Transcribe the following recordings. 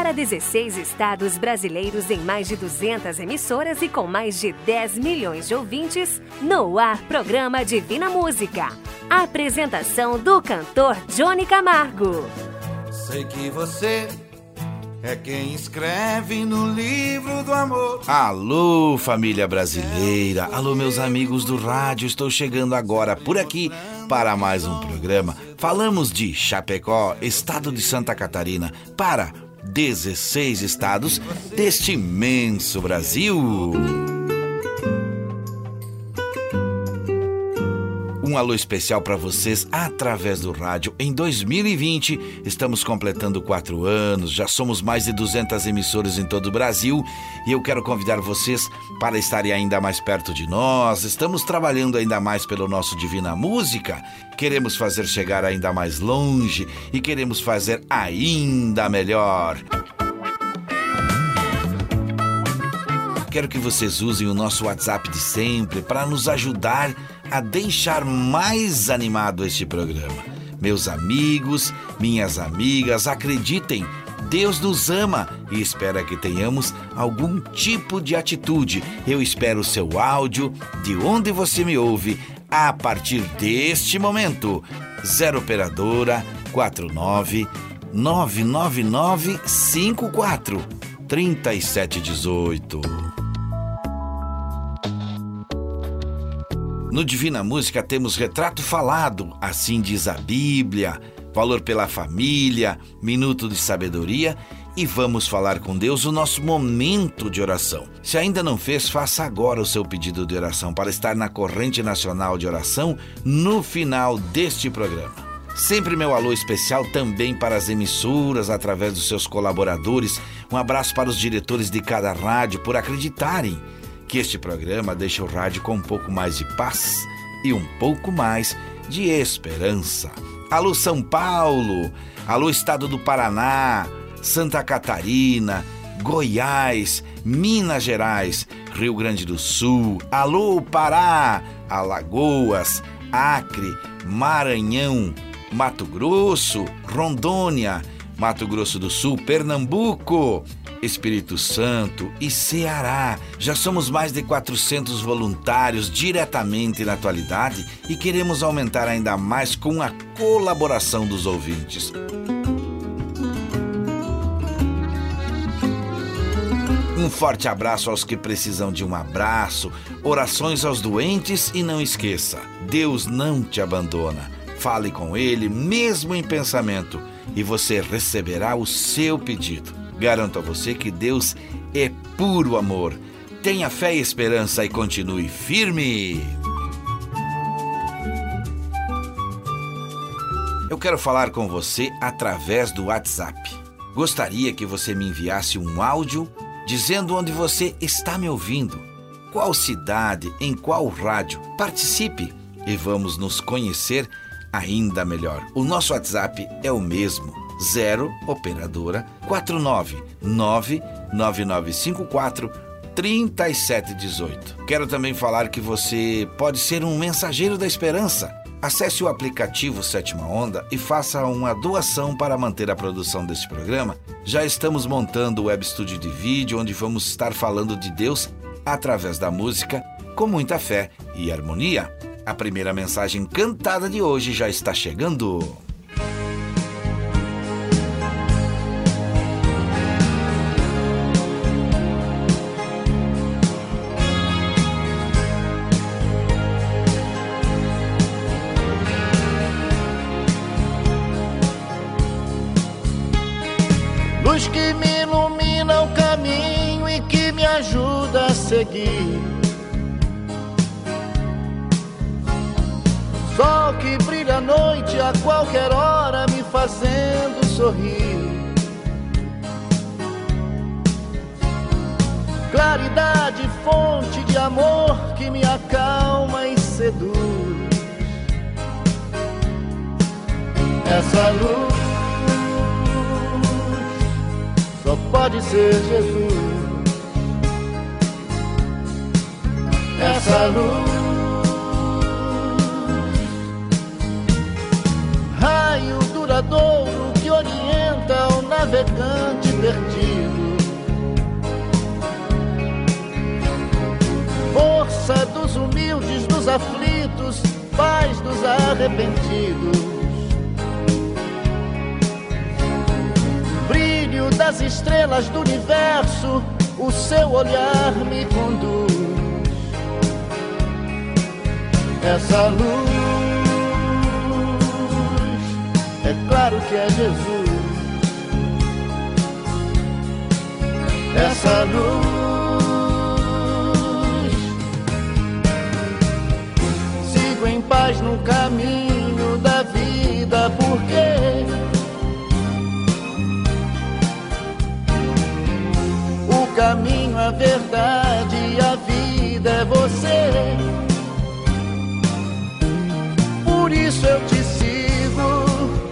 Para 16 estados brasileiros em mais de 200 emissoras e com mais de 10 milhões de ouvintes, no ar, programa Divina Música. A apresentação do cantor Johnny Camargo. Sei que você é quem escreve no livro do amor. Alô, família brasileira. Alô, meus amigos do rádio. Estou chegando agora por aqui para mais um programa. Falamos de Chapecó, estado de Santa Catarina, para 16 estados deste imenso Brasil. Um alô especial para vocês através do rádio. Em 2020, estamos completando 4 anos, já somos mais de 200 emissoras em todo o Brasil e eu quero convidar vocês para estarem ainda mais perto de nós. Estamos trabalhando ainda mais pelo nosso Divina Música, queremos fazer chegar ainda mais longe e queremos fazer ainda melhor. Quero que vocês usem o nosso WhatsApp de sempre para nos ajudar a deixar mais animado este programa. Meus amigos, minhas amigas, acreditem, Deus nos ama e espera que tenhamos algum tipo de atitude. Eu espero o seu áudio, de onde você me ouve, a partir deste momento. 0 operadora 49 999 54 3718. No Divina Música temos retrato falado, assim diz a Bíblia, valor pela família, minuto de sabedoria e vamos falar com Deus o nosso momento de oração. Se ainda não fez, faça agora o seu pedido de oração para estar na corrente nacional de oração no final deste programa. Sempre meu alô especial também para as emissoras através dos seus colaboradores. Um abraço para os diretores de cada rádio por acreditarem que este programa deixa o rádio com um pouco mais de paz e um pouco mais de esperança. Alô São Paulo, alô Estado do Paraná, Santa Catarina, Goiás, Minas Gerais, Rio Grande do Sul, alô Pará, Alagoas, Acre, Maranhão, Mato Grosso, Rondônia, Mato Grosso do Sul, Pernambuco, Espírito Santo e Ceará. Já somos mais de 400 voluntários diretamente na atualidade e queremos aumentar ainda mais com a colaboração dos ouvintes. Um forte abraço aos que precisam de um abraço, orações aos doentes e não esqueça, Deus não te abandona. Fale com Ele, mesmo em pensamento, e você receberá o seu pedido. Garanto a você que Deus é puro amor. Tenha fé e esperança e continue firme. Eu quero falar com você através do WhatsApp. Gostaria que você me enviasse um áudio dizendo onde você está me ouvindo, qual cidade, em qual rádio. Participe e vamos nos conhecer ainda melhor. O nosso WhatsApp é o mesmo. 0 operadora 49 99954 3718. Quero também falar que você pode ser um mensageiro da esperança. Acesse o aplicativo Sétima Onda e faça uma doação para manter a produção deste programa. Já estamos montando o web estúdio de vídeo onde vamos estar falando de Deus através da música com muita fé e harmonia. A primeira mensagem cantada de hoje já está chegando. Luz que me ilumina o caminho e que me ajuda a seguir. Sol que brilha à noite a qualquer hora me fazendo sorrir. Claridade, fonte de amor que me acalma e seduz. Essa luz só pode ser Jesus. Essa luz, raio duradouro que orienta o navegante perdido. Força dos humildes, dos aflitos, paz dos arrependidos. Brilho das estrelas do universo, o seu olhar me conduz. Essa luz, é claro que é Jesus. Essa luz, sigo em paz no caminho da vida, porque o caminho, a verdade e a vida é você. Por isso eu te sigo,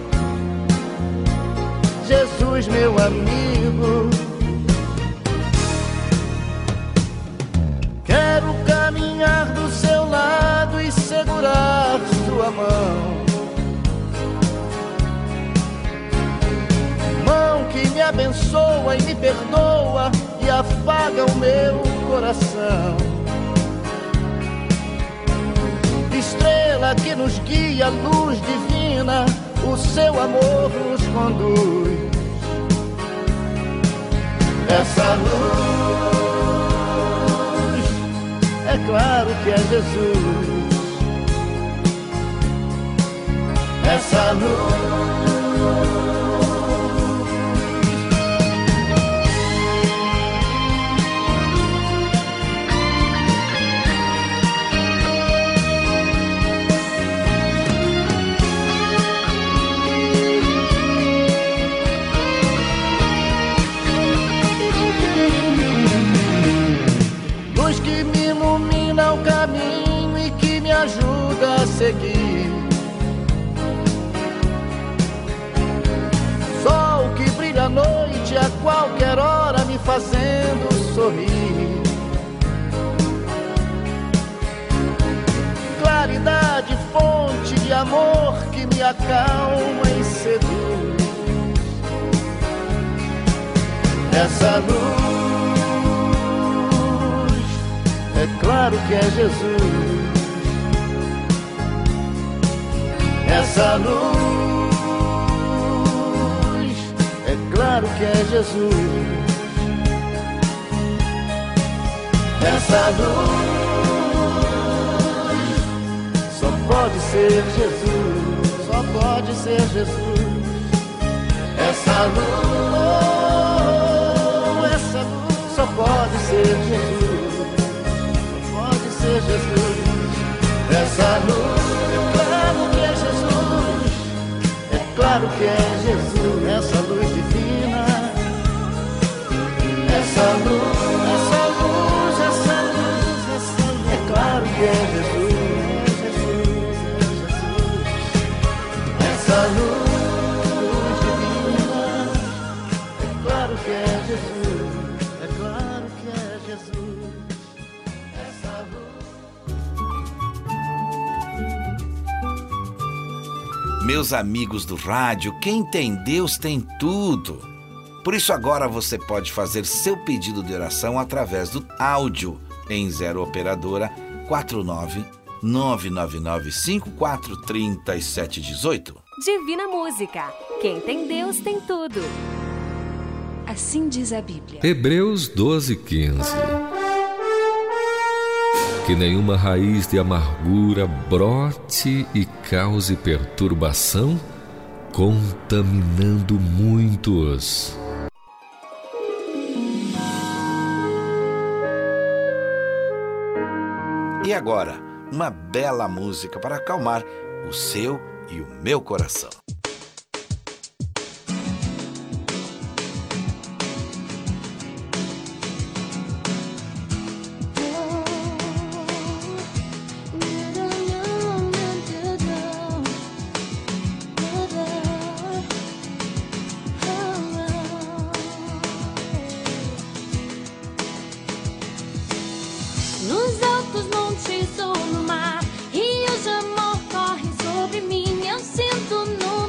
Jesus, meu amigo. Quero caminhar do seu lado e segurar sua mão. Mão que me abençoa e me perdoa e afaga o meu coração. Estrela que nos guia, luz divina, o seu amor nos conduz. Essa luz, é claro que é Jesus. Essa luz, que me ilumina o caminho e que me ajuda a seguir. Sol que brilha à noite a qualquer hora, me fazendo sorrir. Claridade, fonte de amor que me acalma e seduz. Essa luz, é claro que é Jesus. Essa luz, é claro que é Jesus. Essa luz, só pode ser Jesus. Só pode ser Jesus. Essa luz, só pode ser Jesus. Jesus, essa luz, é claro que é Jesus, é claro que é Jesus, essa luz divina, essa luz, essa luz, essa luz, essa luz, é claro que é Jesus, essa luz divina, é claro que é Jesus, é claro que é Jesus. Meus amigos do rádio, quem tem Deus tem tudo. Por isso agora você pode fazer seu pedido de oração através do áudio em 0 operadora 49 999 543718. Divina Música. Quem tem Deus tem tudo. Assim diz a Bíblia. Hebreus 12:15. Que nenhuma raiz de amargura brote e cause perturbação, contaminando muitos. E agora, uma bela música para acalmar o seu e o meu coração. Nos altos montes ou no mar, rios de amor correm sobre mim. Eu sinto no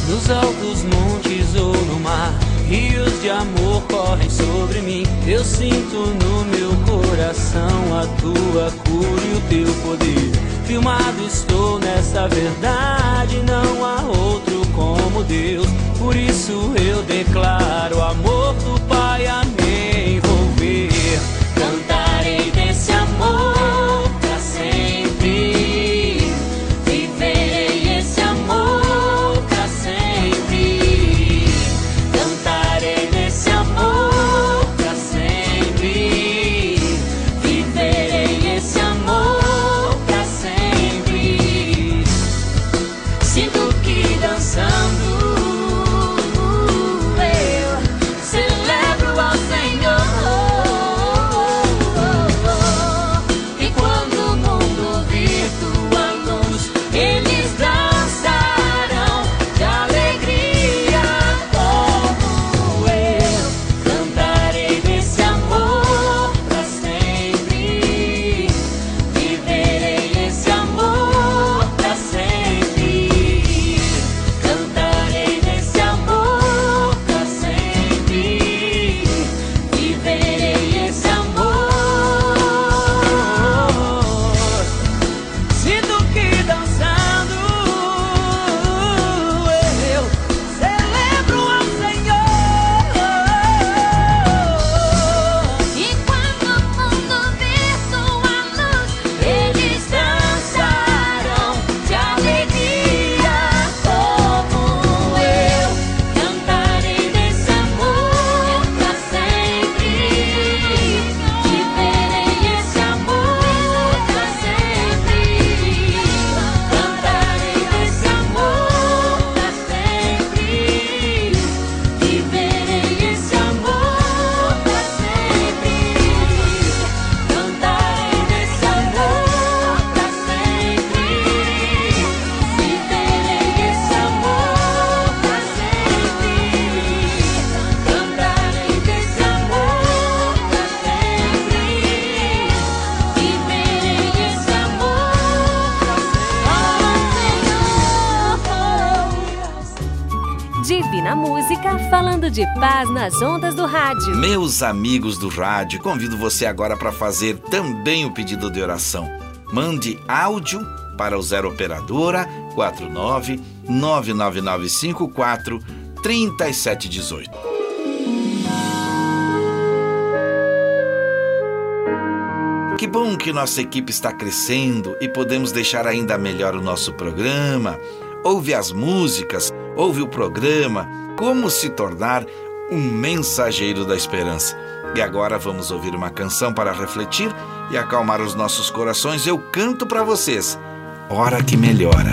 nos altos montes ou no mar, rios de amor correm sobre mim. Eu sinto no meu coração a tua cura e o teu poder. Firmado estou nessa verdade, não há outro como Deus. Por isso eu declaro o amor do Pai a me envolver. Cantarei desse amor pra sempre, viverei esse amor pra sempre. Cantarei desse amor pra sempre, viverei esse amor pra sempre. Sinto que dançando Divina Música, falando de paz nas ondas do rádio. Meus amigos do rádio, convido você agora para fazer também o pedido de oração. Mande áudio para o 0 Operadora 49 99954 3718. Que bom que nossa equipe está crescendo e podemos deixar ainda melhor o nosso programa. Ouve as músicas, ouve o programa, como se tornar um mensageiro da esperança. E agora vamos ouvir uma canção para refletir e acalmar os nossos corações. Eu canto para vocês, Hora que Melhora.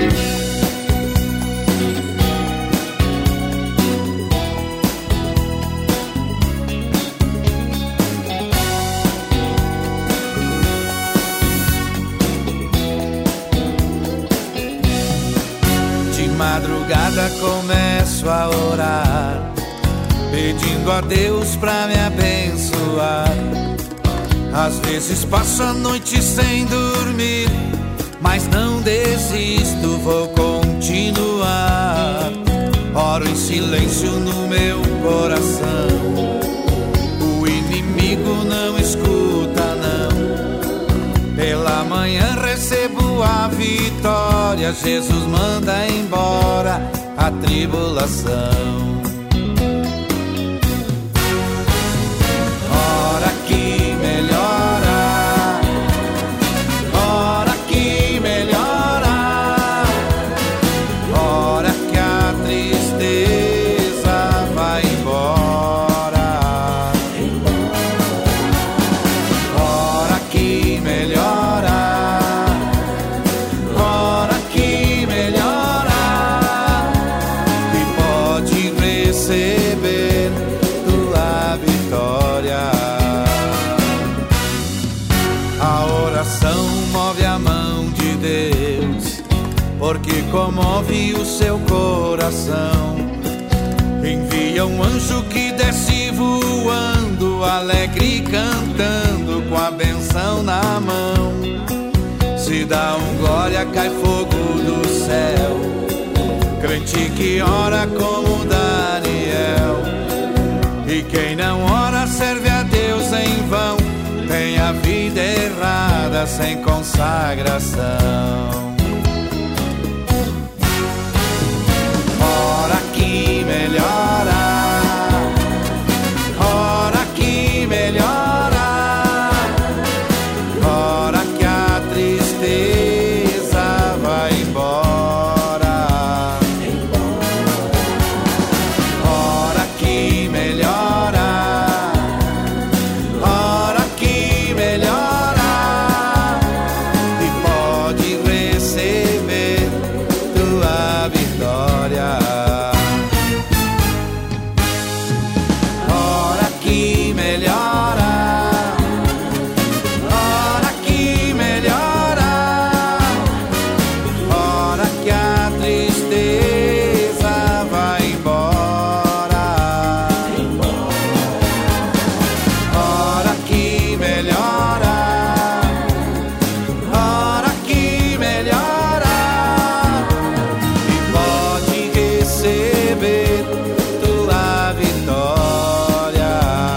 Madrugada começo a orar, pedindo a Deus pra me abençoar. Às vezes passo a noite sem dormir, mas não desisto, vou continuar. Oro em silêncio no meu coração, o inimigo não escuta não. Pela manhã recebo a vitória, Jesus manda embora a tribulação. Hora que melhora, hora que melhora, hora que a tristeza vai embora. Hora que melhora, hora que melhora, e pode receber tua vitória. A oração move a mão de Deus, porque comove o seu coração. Envia um anjo que desce voando, alegre cantando, com a benção na mão. Se dá glória, cai fogo do céu. Crente gente que ora como Daniel. E quem não ora serve a Deus em vão, tem a vida errada sem consagração. Ora que melhora, ora que melhora, ora que a tristeza vai embora. Ora que melhora, ora que melhora, e pode receber tua vitória. Ora que melhora, ora que melhora, ora que a tristeza vai embora. Ora que melhora, ora que melhora, e pode receber tua vitória.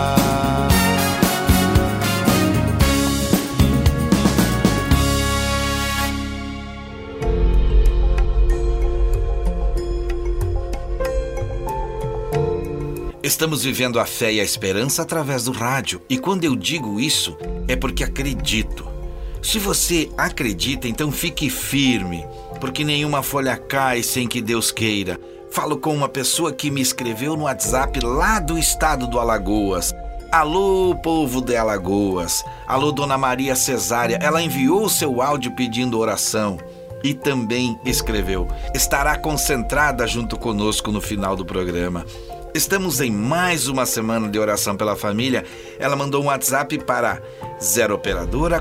Estamos vivendo a fé e a esperança através do rádio. E quando eu digo isso, é porque acredito. Se você acredita, então fique firme, porque nenhuma folha cai sem que Deus queira. Falo com uma pessoa que me escreveu no WhatsApp lá do estado do Alagoas. Alô, povo de Alagoas. Alô, Dona Maria Cesária. Ela enviou o seu áudio pedindo oração. E também escreveu: estará concentrada junto conosco no final do programa. Estamos em mais uma semana de oração pela família. Ela mandou um WhatsApp para 0 operadora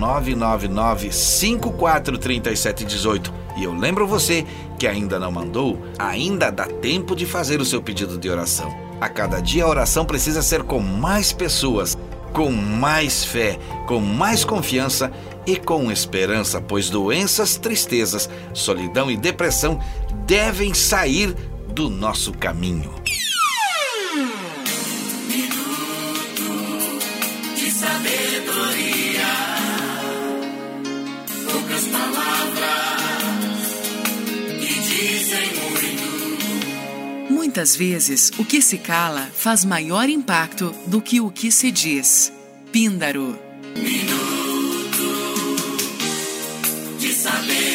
4999543718. E eu lembro você que ainda não mandou, ainda dá tempo de fazer o seu pedido de oração. A cada dia a oração precisa ser com mais pessoas, com mais fé, com mais confiança e com esperança, pois doenças, tristezas, solidão e depressão devem sair do nosso caminho. De sabedoria, poucas palavras que dizem muito. Muitas vezes, o que se cala faz maior impacto do que o que se diz. Píndaro. Minuto de sabedoria.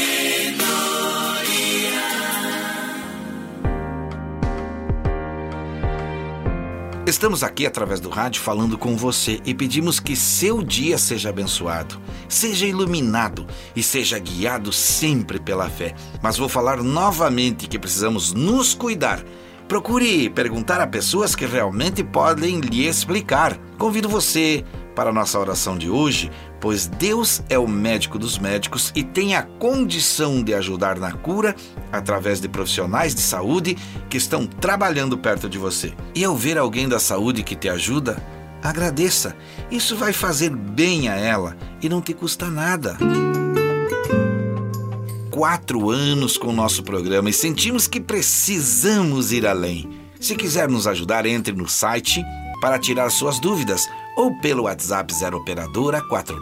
Estamos aqui através do rádio falando com você e pedimos que seu dia seja abençoado, seja iluminado e seja guiado sempre pela fé. Mas vou falar novamente que precisamos nos cuidar. Procure perguntar a pessoas que realmente podem lhe explicar. Convido você para a nossa oração de hoje, pois Deus é o médico dos médicos e tem a condição de ajudar na cura através de profissionais de saúde que estão trabalhando perto de você. E ao ver alguém da saúde que te ajuda, agradeça. Isso vai fazer bem a ela e não te custa nada. 4 anos com o nosso programa e sentimos que precisamos ir além. Se quiser nos ajudar, entre no site para tirar suas dúvidas ou pelo WhatsApp 0 operadora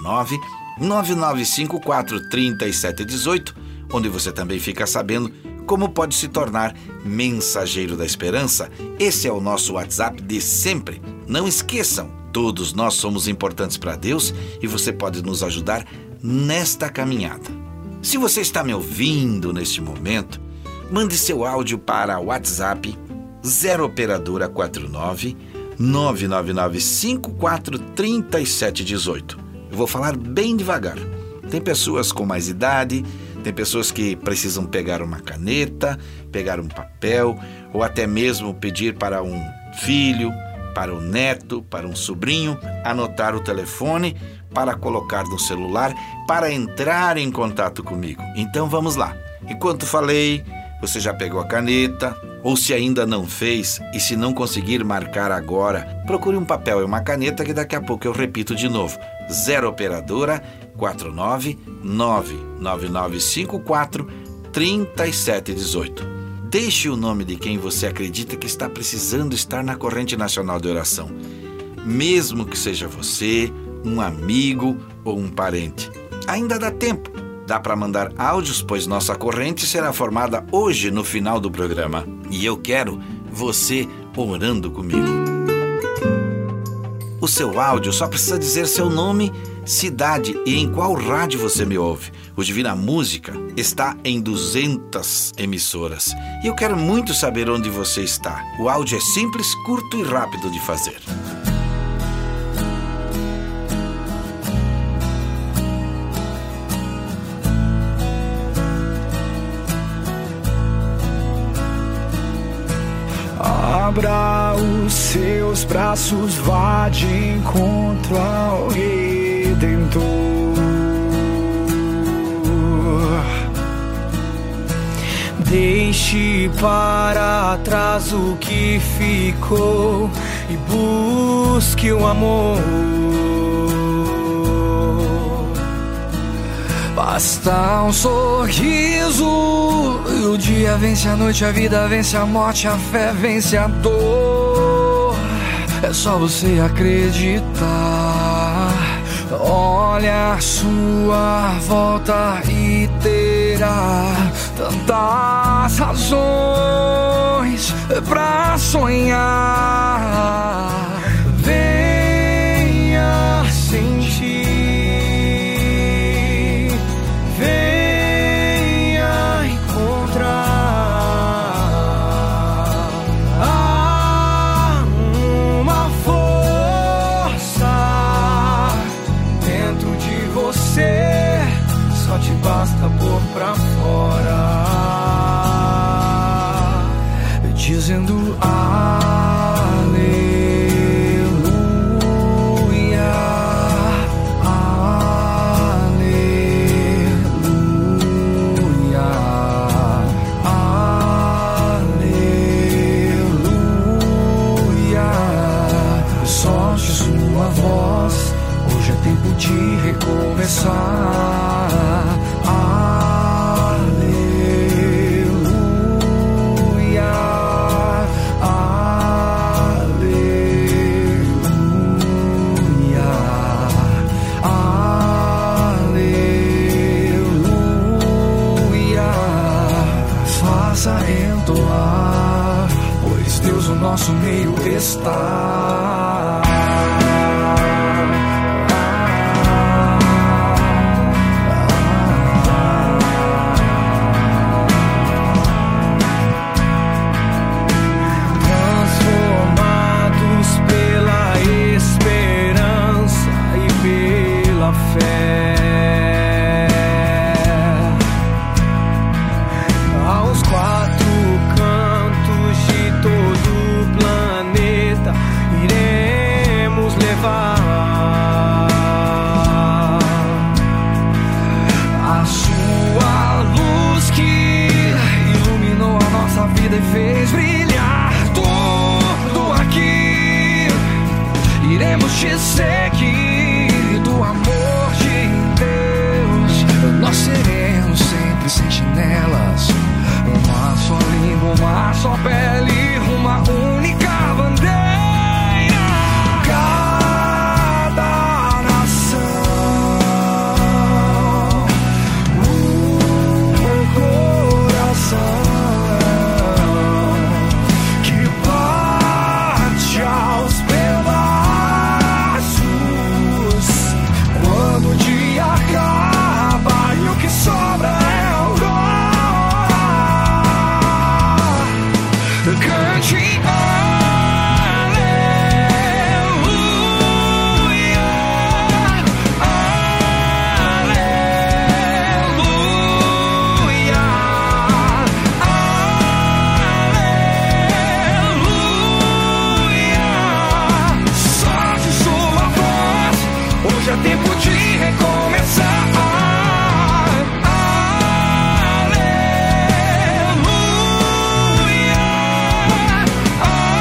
4999543718, onde você também fica sabendo como pode se tornar mensageiro da esperança. Esse é o nosso WhatsApp de sempre. Não esqueçam, todos nós somos importantes para Deus e você pode nos ajudar nesta caminhada. Se você está me ouvindo neste momento, mande seu áudio para o WhatsApp 0 operadora 49999543718. Eu vou falar bem devagar. Tem pessoas com mais idade, tem pessoas que precisam pegar uma caneta, pegar um papel, ou até mesmo pedir para um filho, para um neto, para um sobrinho, anotar o telefone para colocar no celular, para entrar em contato comigo. Então vamos lá. Enquanto falei, você já pegou a caneta, ou se ainda não fez, e se não conseguir marcar agora, procure um papel e uma caneta que daqui a pouco eu repito de novo. 0 operadora 49999543718. Deixe o nome de quem você acredita que está precisando estar na corrente nacional de oração. Mesmo que seja você, um amigo ou um parente. Ainda dá tempo. Dá para mandar áudios, pois nossa corrente será formada hoje no final do programa. E eu quero você orando comigo. O seu áudio só precisa dizer seu nome, cidade e em qual rádio você me ouve. O Divina Música está em 200 emissoras. E eu quero muito saber onde você está. O áudio é simples, curto e rápido de fazer. Abra os seus braços, vá de encontro ao Redentor. Deixe para trás o que ficou e busque o amor. Basta um sorriso e o dia vence a noite, a vida vence a morte, a fé vence a dor. É só você acreditar. Olha a sua volta e terá tantas razões pra sonhar. Venha sentir. Basta pôr pra fora, dizendo aleluia, aleluia, aleluia. Solte sua voz, hoje é tempo de recomeçar. Entoar, pois Deus no nosso meio está. Transformados pela esperança e pela fé, aos quatro cantos de todo o planeta iremos levar a sua luz que iluminou a nossa vida e fez brilhar tudo aqui. Iremos te seguir do amor de Deus. Nós seremos sempre sentinelas. Uma só língua, uma só pele, uma única bandeira. Cada nação, um coração que bate aos pedaços quando o dia acaba e o que sobra é o dor. Cante aleluia, aleluia, aleluia. Solte sua voz, hoje é tempo de recomeçar. Aleluia.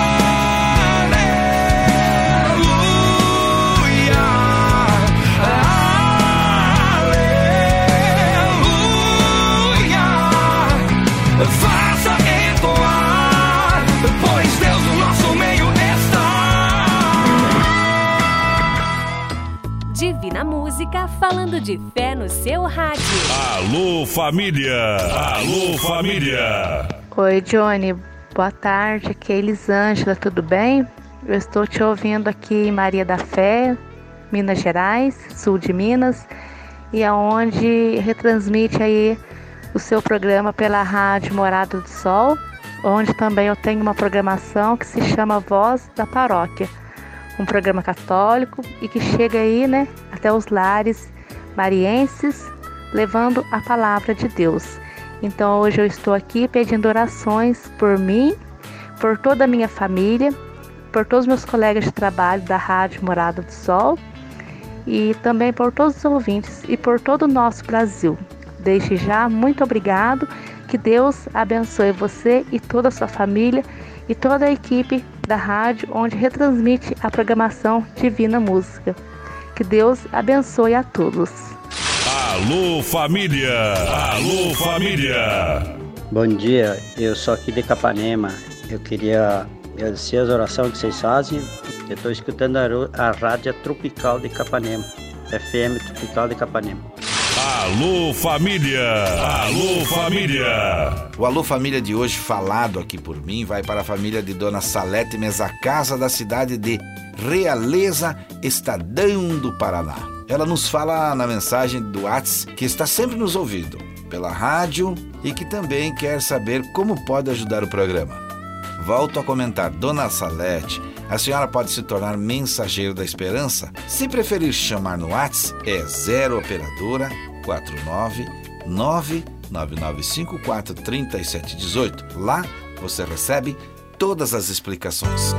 Divina Música, falando de fé no seu rádio. Alô, família! Alô, família! Oi, Johnny. Boa tarde. Aqui é Elisângela, tudo bem? Eu estou te ouvindo aqui em Maria da Fé, Minas Gerais, sul de Minas, e aonde retransmite aí o seu programa pela Rádio Morada do Sol, onde também eu tenho uma programação que se chama Voz da Paróquia, um programa católico e que chega aí, né, até os lares marienses, levando a palavra de Deus. Então hoje eu estou aqui pedindo orações por mim, por toda a minha família, por todos os meus colegas de trabalho da Rádio Morada do Sol e também por todos os ouvintes e por todo o nosso Brasil. Desde já, muito obrigado, que Deus abençoe você e toda a sua família e toda a equipe da rádio onde retransmite a programação Divina Música. Que Deus abençoe a todos. Alô, família! Alô, família! Bom dia, eu sou aqui de Capanema. Eu queria agradecer as orações que vocês fazem. Eu estou escutando a Rádio Tropical de Capanema, FM Tropical de Capanema. Alô, família! Alô, família! O Alô Família de hoje, falado aqui por mim, vai para a família de Dona Salete Mesacasa, da cidade de Realeza, Estadão do Paraná. Ela nos fala na mensagem do WhatsApp que está sempre nos ouvindo pela rádio e que também quer saber como pode ajudar o programa. Volto a comentar, Dona Salete, a senhora pode se tornar mensageiro da esperança? Se preferir chamar no WhatsApp, é 0 operadora 49999543718. Lá você recebe todas as explicações.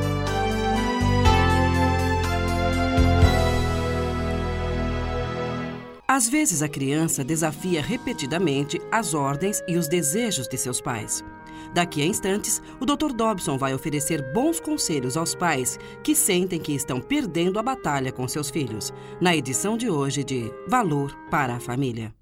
Às vezes a criança desafia repetidamente as ordens e os desejos de seus pais. Daqui a instantes, o Dr. Dobson vai oferecer bons conselhos aos pais que sentem que estão perdendo a batalha com seus filhos, na edição de hoje de Valor para a Família.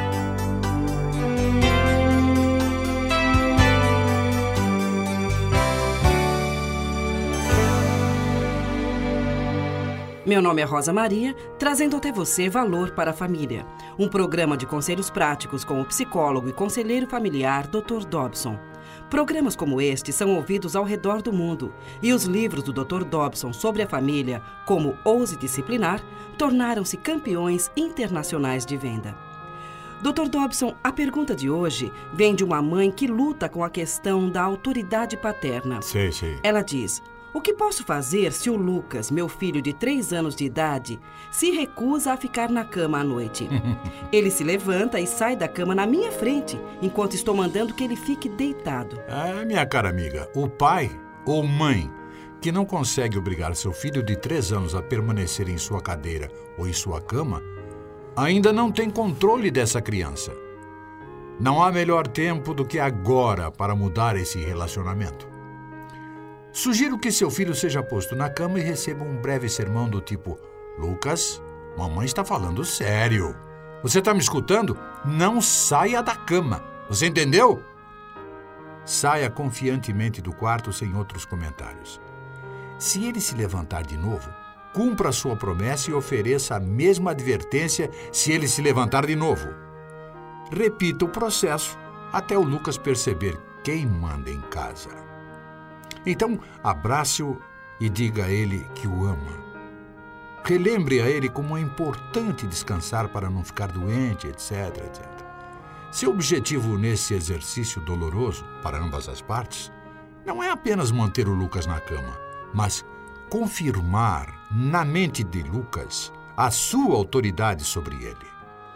Meu nome é Rosa Maria, trazendo até você Valor para a Família, um programa de conselhos práticos com o psicólogo e conselheiro familiar Dr. Dobson. Programas como este são ouvidos ao redor do mundo e os livros do Dr. Dobson sobre a família, como Ouse Disciplinar, tornaram-se campeões internacionais de venda. Dr. Dobson, a pergunta de hoje vem de uma mãe que luta com a questão da autoridade paterna. Sim. Ela diz: o que posso fazer se o Lucas, meu filho de 3 anos de idade, se recusa a ficar na cama à noite? Ele se levanta e sai da cama na minha frente, enquanto estou mandando que ele fique deitado. Minha cara amiga, o pai ou mãe que não consegue obrigar seu filho de 3 anos a permanecer em sua cadeira ou em sua cama, ainda não tem controle dessa criança. Não há melhor tempo do que agora para mudar esse relacionamento. Sugiro que seu filho seja posto na cama e receba um breve sermão do tipo: Lucas, mamãe está falando sério. Você está me escutando? Não saia da cama. Você entendeu? Saia confiantemente do quarto sem outros comentários. Se ele se levantar de novo, cumpra a sua promessa e ofereça a mesma advertência se ele se levantar de novo. Repita o processo até o Lucas perceber quem manda em casa. Então, abrace-o e diga a ele que o ama. Relembre a ele como é importante descansar para não ficar doente, etc. Seu objetivo nesse exercício doloroso, para ambas as partes, não é apenas manter o Lucas na cama, mas confirmar na mente de Lucas a sua autoridade sobre ele.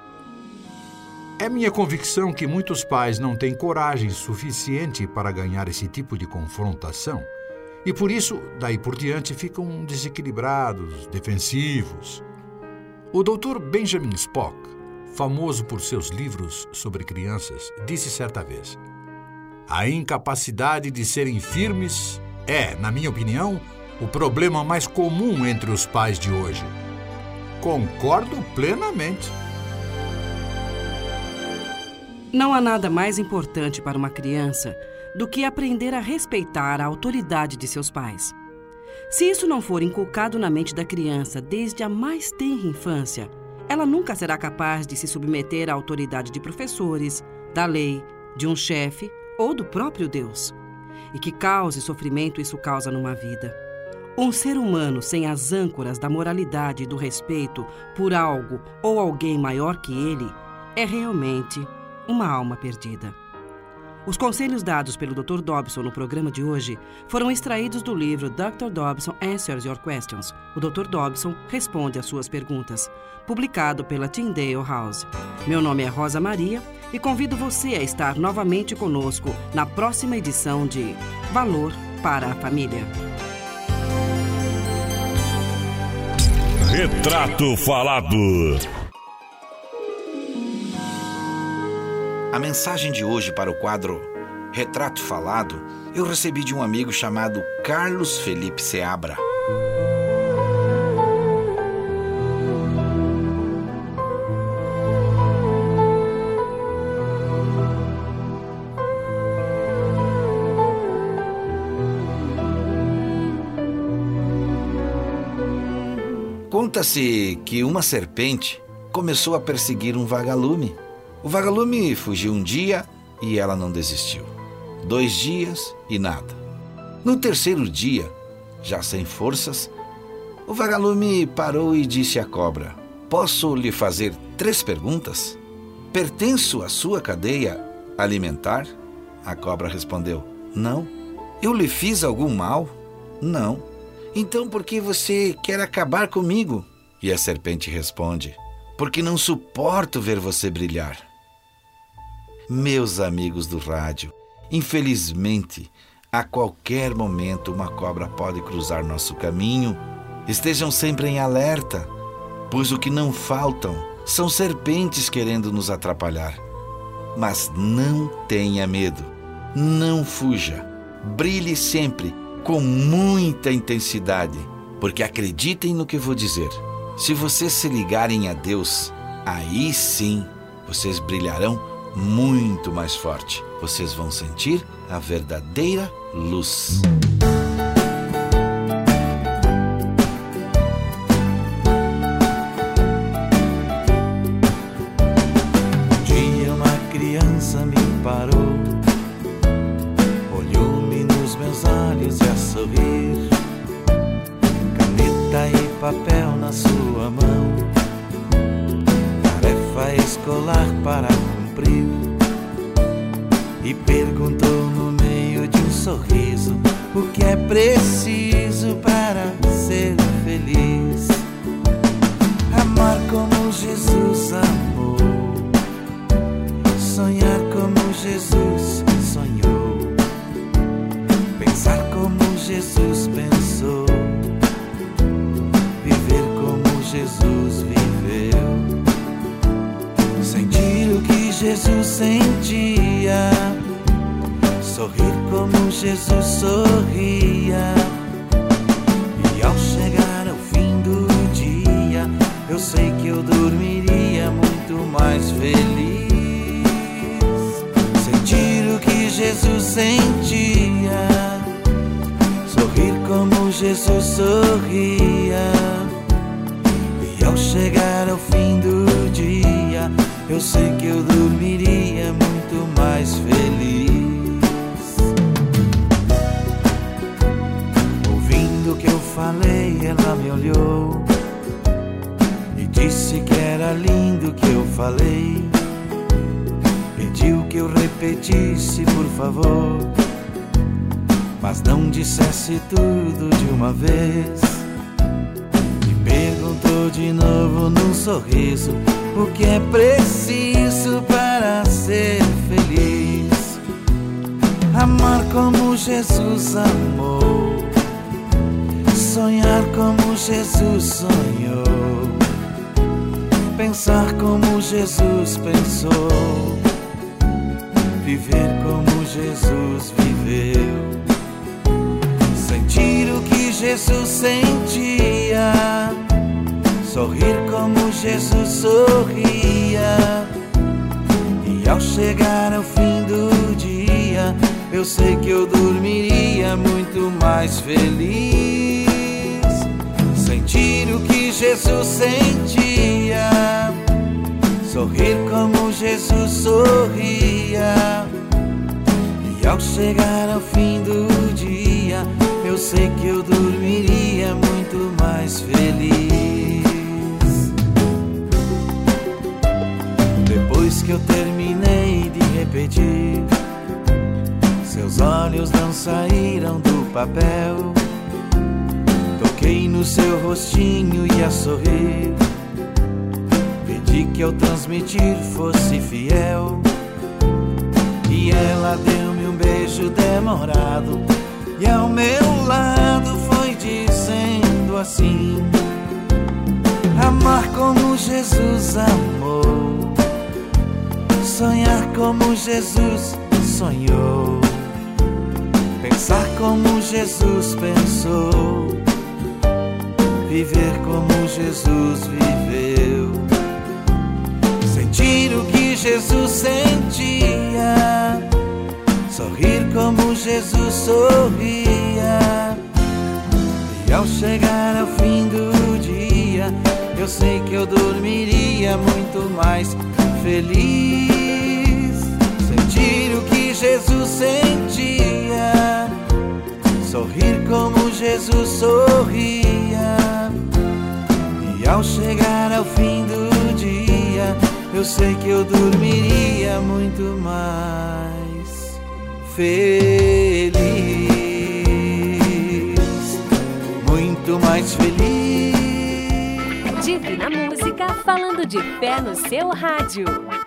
É minha convicção que muitos pais não têm coragem suficiente para ganhar esse tipo de confrontação e, por isso, daí por diante, ficam desequilibrados, defensivos. O Dr. Benjamin Spock, famoso por seus livros sobre crianças, disse certa vez: a incapacidade de serem firmes é, na minha opinião, o problema mais comum entre os pais de hoje. Concordo plenamente. Não há nada mais importante para uma criança do que aprender a respeitar a autoridade de seus pais. Se isso não for inculcado na mente da criança desde a mais tenra infância, ela nunca será capaz de se submeter à autoridade de professores, da lei, de um chefe ou do próprio Deus. E que cause sofrimento isso causa numa vida. Um ser humano sem as âncoras da moralidade e do respeito por algo ou alguém maior que ele é realmente uma alma perdida. Os conselhos dados pelo Dr. Dobson no programa de hoje foram extraídos do livro Dr. Dobson Answers Your Questions. O Dr. Dobson responde às suas perguntas, publicado pela Tyndale House. Meu nome é Rosa Maria e convido você a estar novamente conosco na próxima edição de Valor para a Família. Retrato Falado. A mensagem de hoje para o quadro Retrato Falado eu recebi de um amigo chamado Carlos Felipe Seabra. Conta-se que uma serpente começou a perseguir um vagalume. O vagalume fugiu um dia e ela não desistiu. 2 dias e nada. No 3º dia, já sem forças, o vagalume parou e disse à cobra: posso lhe fazer 3 perguntas? Pertenço à sua cadeia alimentar? A cobra respondeu: não. Eu lhe fiz algum mal? Não. Então por que você quer acabar comigo? E a serpente responde: porque não suporto ver você brilhar. Meus amigos do rádio, infelizmente, a qualquer momento uma cobra pode cruzar nosso caminho. Estejam sempre em alerta, pois o que não faltam são serpentes querendo nos atrapalhar. Mas não tenha medo, não fuja, brilhe sempre com muita intensidade, porque acreditem no que vou dizer. Se vocês se ligarem a Deus, aí sim vocês brilharão muito mais forte. Vocês vão sentir a verdadeira luz. Um dia uma criança me parou, olhou-me nos meus olhos e a sorrir, caneta e papel na sua mão, tarefa escolar para cumprir, e perguntou no meio de um sorriso o que é preciso para ser feliz. Amar como Jesus amou, sonhar como Jesus sonhou, pensar como Jesus pensou, viver como Jesus viveu, sentir o que Jesus sentia, sorrir como Jesus sorria. E ao chegar ao fim do dia, eu sei que eu dormiria muito mais feliz. Sentir o que Jesus sentia, sorrir como Jesus sorria. E ao chegar ao fim do dia, eu sei que eu dormiria muito mais feliz. Ouvindo o que eu falei, ela me olhou e disse que era lindo o que eu falei. Pediu que eu repetisse, por favor, mas não dissesse tudo de uma vez. E perguntou de novo num sorriso o que é preciso para ser feliz. Amar como Jesus amou, sonhar como Jesus sonhou, pensar como Jesus pensou, viver como Jesus viveu, sentir o que Jesus sentia, sorrir como Jesus sorria. E ao chegar ao fim do dia, eu sei que eu dormiria muito mais feliz. sentir o que Jesus sentia, sorrir como Jesus sorria. E ao chegar ao fim do dia, eu sei que eu dormiria muito mais feliz. Depois que eu terminei de repetir, seus olhos não saíram do papel. Toquei no seu rostinho e a sorrir, pedi que ao transmitir fosse fiel. E ela deu-me um beijo demorado, e ao meu lado foi dizendo assim: amar como Jesus amou, sonhar como Jesus sonhou, pensar como Jesus pensou, viver como Jesus viveu. Sentir o que Jesus sentia, sorrir como Jesus sorria. E ao chegar ao fim do dia, eu sei que eu dormiria muito mais feliz. Sentir o que Jesus sentia, sorrir como Jesus sorria. E ao chegar ao fim do dia, eu sei que eu dormiria muito mais feliz, muito mais feliz. Divina Música, falando de fé no seu rádio.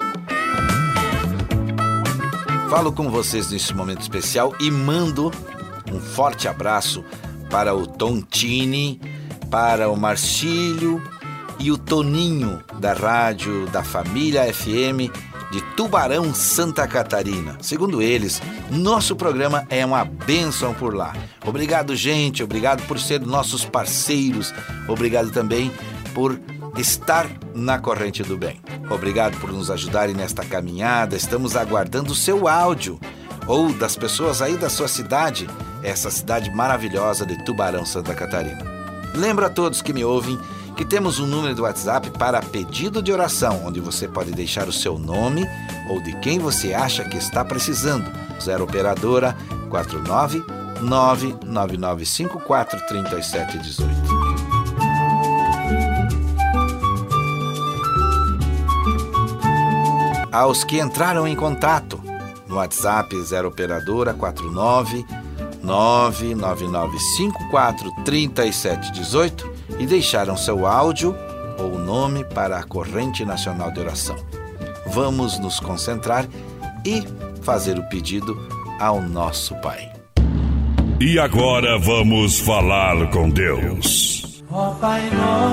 Falo com vocês neste momento especial e mando um forte abraço para o Tontini, para o Marcílio e o Toninho da rádio da Família FM de Tubarão, Santa Catarina. Segundo eles, nosso programa é uma bênção por lá. Obrigado, gente. Obrigado por ser nossos parceiros. Obrigado também por estar na corrente do bem. Obrigado por nos ajudarem nesta caminhada. Estamos aguardando o seu áudio ou das pessoas aí da sua cidade, essa cidade maravilhosa de Tubarão, Santa Catarina. Lembro a todos que me ouvem que temos um número do WhatsApp para pedido de oração, onde você pode deixar o seu nome ou de quem você acha que está precisando. 0 Operadora 49 99954 3718. Aos que entraram em contato no WhatsApp 0 Operadora 49 99954 3718 e deixaram seu áudio ou nome para a Corrente Nacional de Oração. Vamos nos concentrar e fazer o pedido ao nosso Pai. E agora vamos falar com Deus. Ó Pai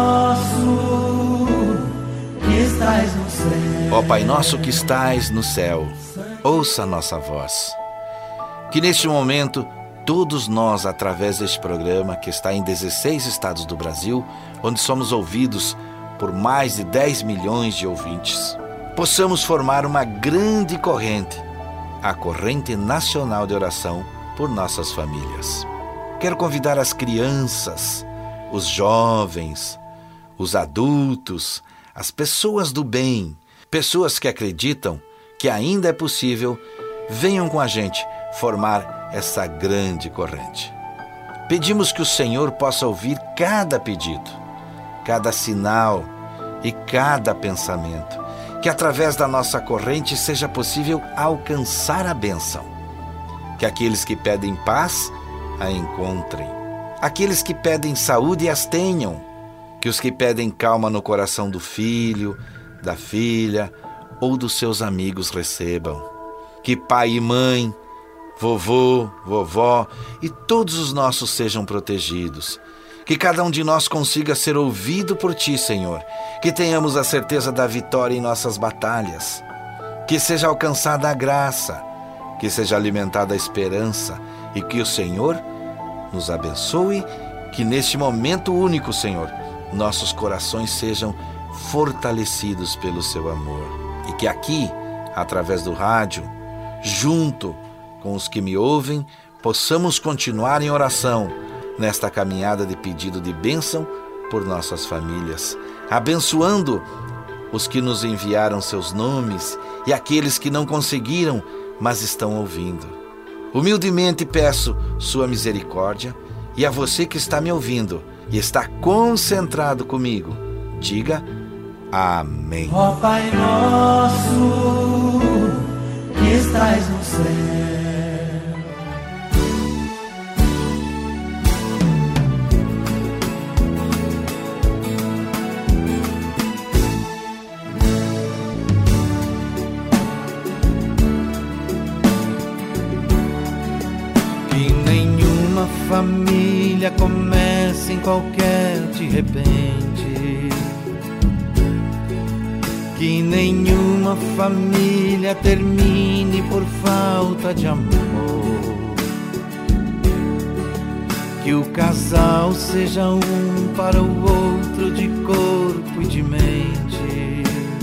nosso, que estais no céu. Ó Pai nosso que estais no céu, ouça a nossa voz. Que neste momento todos nós, através deste programa, que está em 16 estados do Brasil, onde somos ouvidos por mais de 10 milhões de ouvintes, possamos formar uma grande corrente, a Corrente Nacional de Oração por nossas famílias. Quero convidar as crianças, os jovens, os adultos, as pessoas do bem, pessoas que acreditam que ainda é possível, venham com a gente formar essa grande corrente. Pedimos que o Senhor possa ouvir cada pedido, cada sinal e cada pensamento, que através da nossa corrente seja possível alcançar a bênção. Que aqueles que pedem paz a encontrem, aqueles que pedem saúde as tenham, que os que pedem calma no coração do filho, da filha ou dos seus amigos recebam. Que pai e mãe, vovô, vovó e todos os nossos sejam protegidos. Que cada um de nós consiga ser ouvido por Ti, Senhor. Que tenhamos a certeza da vitória em nossas batalhas. Que seja alcançada a graça, que seja alimentada a esperança e que o Senhor nos abençoe. Que neste momento único, Senhor, nossos corações sejam fortalecidos pelo Seu amor. E que aqui, através do rádio, junto com os que me ouvem, possamos continuar em oração nesta caminhada de pedido de bênção por nossas famílias, abençoando os que nos enviaram seus nomes e aqueles que não conseguiram, mas estão ouvindo. Humildemente peço sua misericórdia, e a você que está me ouvindo e está concentrado comigo, diga amém. Ó Pai nosso, que estás no céu, que nenhuma família comece em qualquer de repente, que nenhuma família termine por falta de amor, que o casal seja um para o outro de corpo e de mente,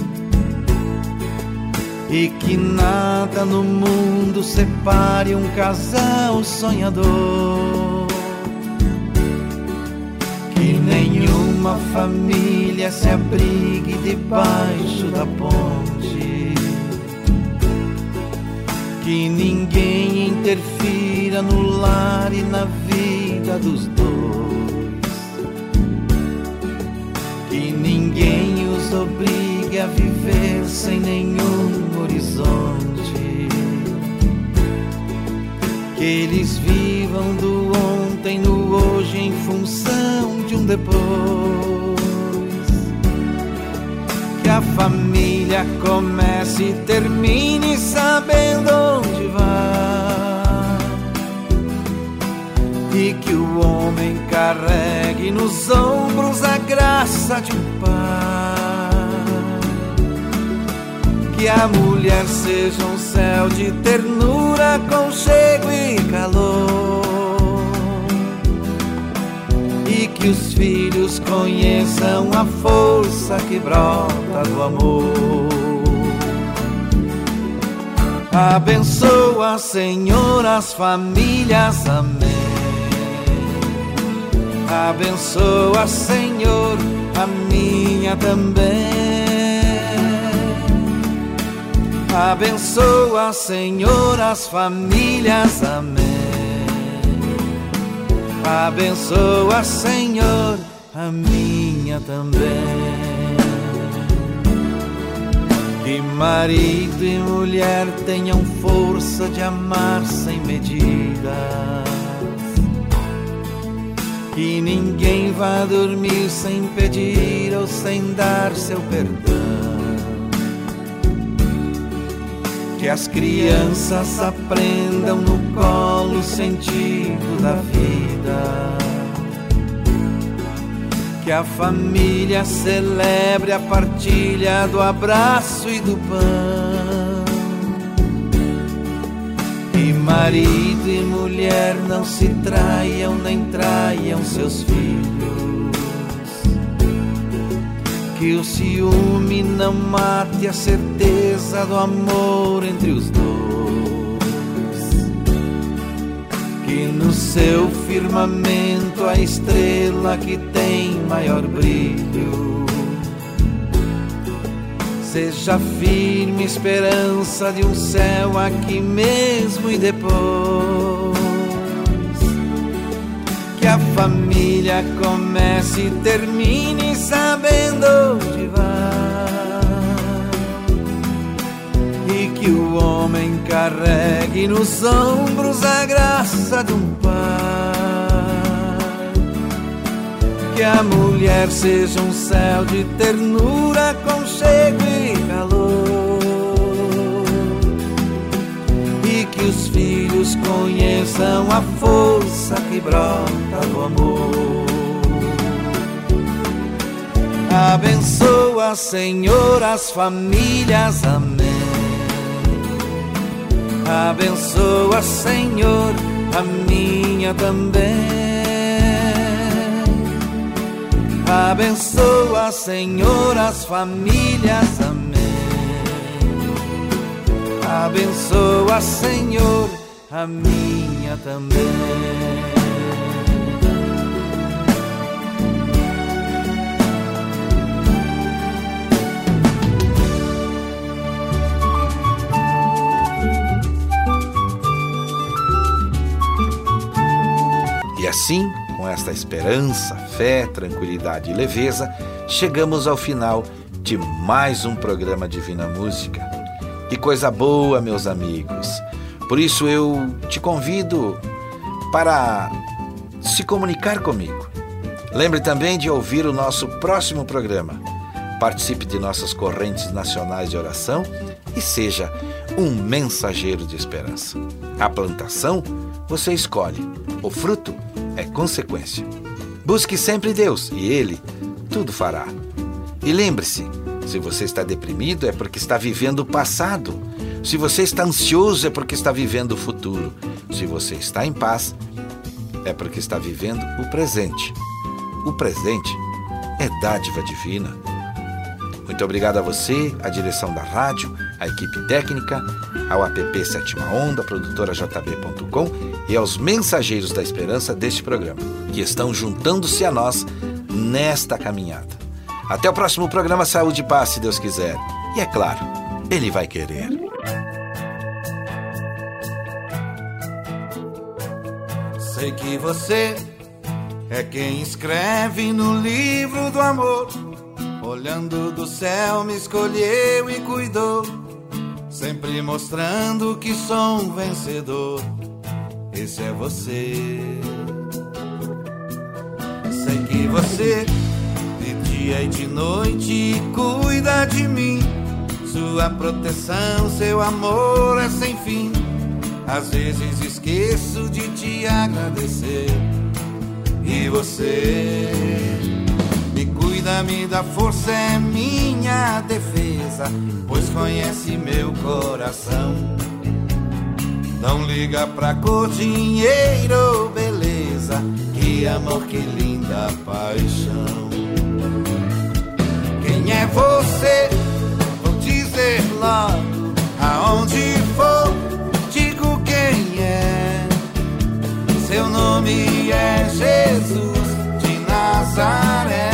e que nada no mundo separe um casal sonhador, que nenhuma família se abrigue debaixo da ponte, que ninguém interfira no lar e na vida dos dois, que ninguém os obrigue a viver sem nenhum horizonte, que eles vivam do ontem no hoje em função de um depois, que a família comece e termine sabendo onde vai, e que o homem carregue nos ombros a graça de um pai, que a mulher seja um céu de ternura, aconchego e calor, e que os filhos conheçam a força que brota do amor. Abençoa, Senhor, as famílias, amém. Abençoa, Senhor, a minha também. Abençoa, Senhor, as famílias, amém. Abençoa, Senhor, a minha também. Que marido e mulher tenham força de amar sem medidas, que ninguém vá dormir sem pedir ou sem dar seu perdão, que as crianças aprendam no colo o sentido da vida, que a família celebre a partilha do abraço e do pão, que marido e mulher não se traiam nem traiam seus filhos, que o ciúme não mate a certeza do amor entre os dois, que no seu firmamento a estrela que tem maior brilho seja firme esperança de um céu aqui mesmo e depois, que a família comece e termine sabendo onde vai, e que o homem carregue nos ombros a graça de um pai, que a mulher seja um céu de ternura, aconchego e calor, e que os filhos conheçam a força que brota do amor. Abençoa, Senhor, as famílias, amém. Abençoa, Senhor, a minha também. Abençoa, Senhor, as famílias, amém. Abençoa, Senhor, a minha também. assim, com esta esperança, fé, tranquilidade e leveza, chegamos ao final de mais um programa Divina Música. Que coisa boa, meus amigos! Por isso eu te convido para se comunicar comigo. Lembre também de ouvir o nosso próximo programa. Participe de nossas correntes nacionais de oração e seja um mensageiro de esperança. A plantação você escolhe, o fruto é consequência. Busque sempre Deus e Ele tudo fará. E lembre-se, se você está deprimido é porque está vivendo o passado. Se você está ansioso é porque está vivendo o futuro. Se você está em paz é porque está vivendo o presente. O presente é dádiva divina. Muito obrigado a você, a direção da rádio, a equipe técnica, ao app Sétima Onda, a produtora JB.com e aos mensageiros da esperança deste programa, que estão juntando-se a nós nesta caminhada. Até o próximo programa Saúde e Paz, se Deus quiser. E é claro, Ele vai querer. Sei que você é quem escreve no livro do amor. Olhando do céu me escolheu e cuidou, sempre mostrando que sou um vencedor. Esse é você. Sei que você de dia e de noite cuida de mim. Sua proteção, seu amor é sem fim. Às vezes esqueço de te agradecer. E você me cuida, me dá força, é minha defesa, pois conhece meu coração. Não liga pra cor, dinheiro, beleza, que amor, que linda paixão. Quem é você? Vou dizer logo, aonde for, digo quem é. Seu nome é Jesus de Nazaré.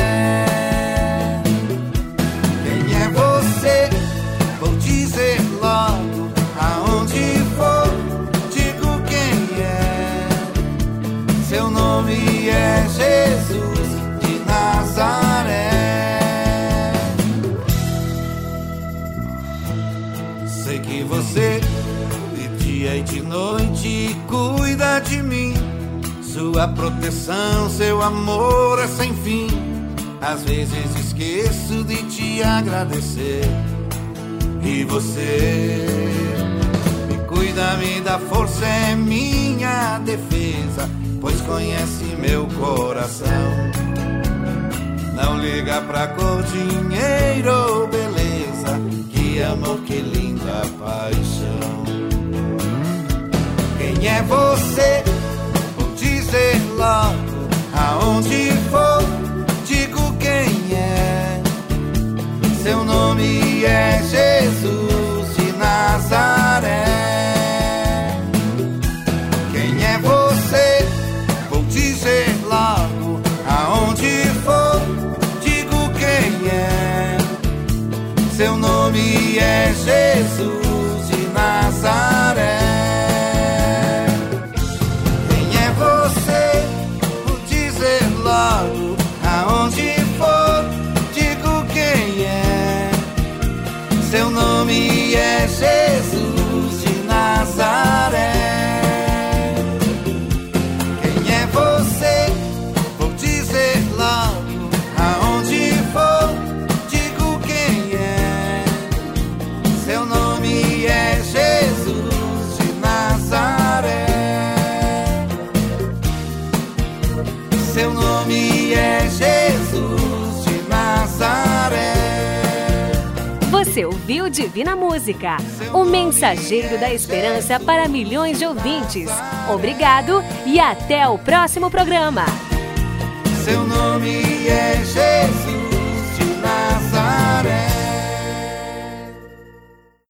Logo, aonde for, digo quem é. Seu nome é Jesus de Nazaré. Sei que você de dia e de noite cuida de mim. Sua proteção, seu amor é sem fim. Às vezes esqueço de te agradecer. E você me cuida, me dá força, é minha defesa, pois conhece meu coração. Não liga pra cor, dinheiro, beleza, que amor, que linda paixão. Quem é você? Vou dizer logo, aonde for, digo quem é. Seu nome é Jesus de Nazaré. Quem é você? Vou dizer logo, aonde for, digo quem é. Seu nome é Jesus de Nazaré. Quem é você? Vou dizer logo, aonde for, digo quem é. Seu nome é Jesus de Nazaré. Quem é você? Vou dizer logo, aonde for, digo quem é. Seu nome é Jesus de Nazaré. Seu nome é Jesus de Nazaré. Você ouviu Divina Música, o mensageiro da esperança para milhões de ouvintes. Obrigado e até o próximo programa. Seu nome é Jesus.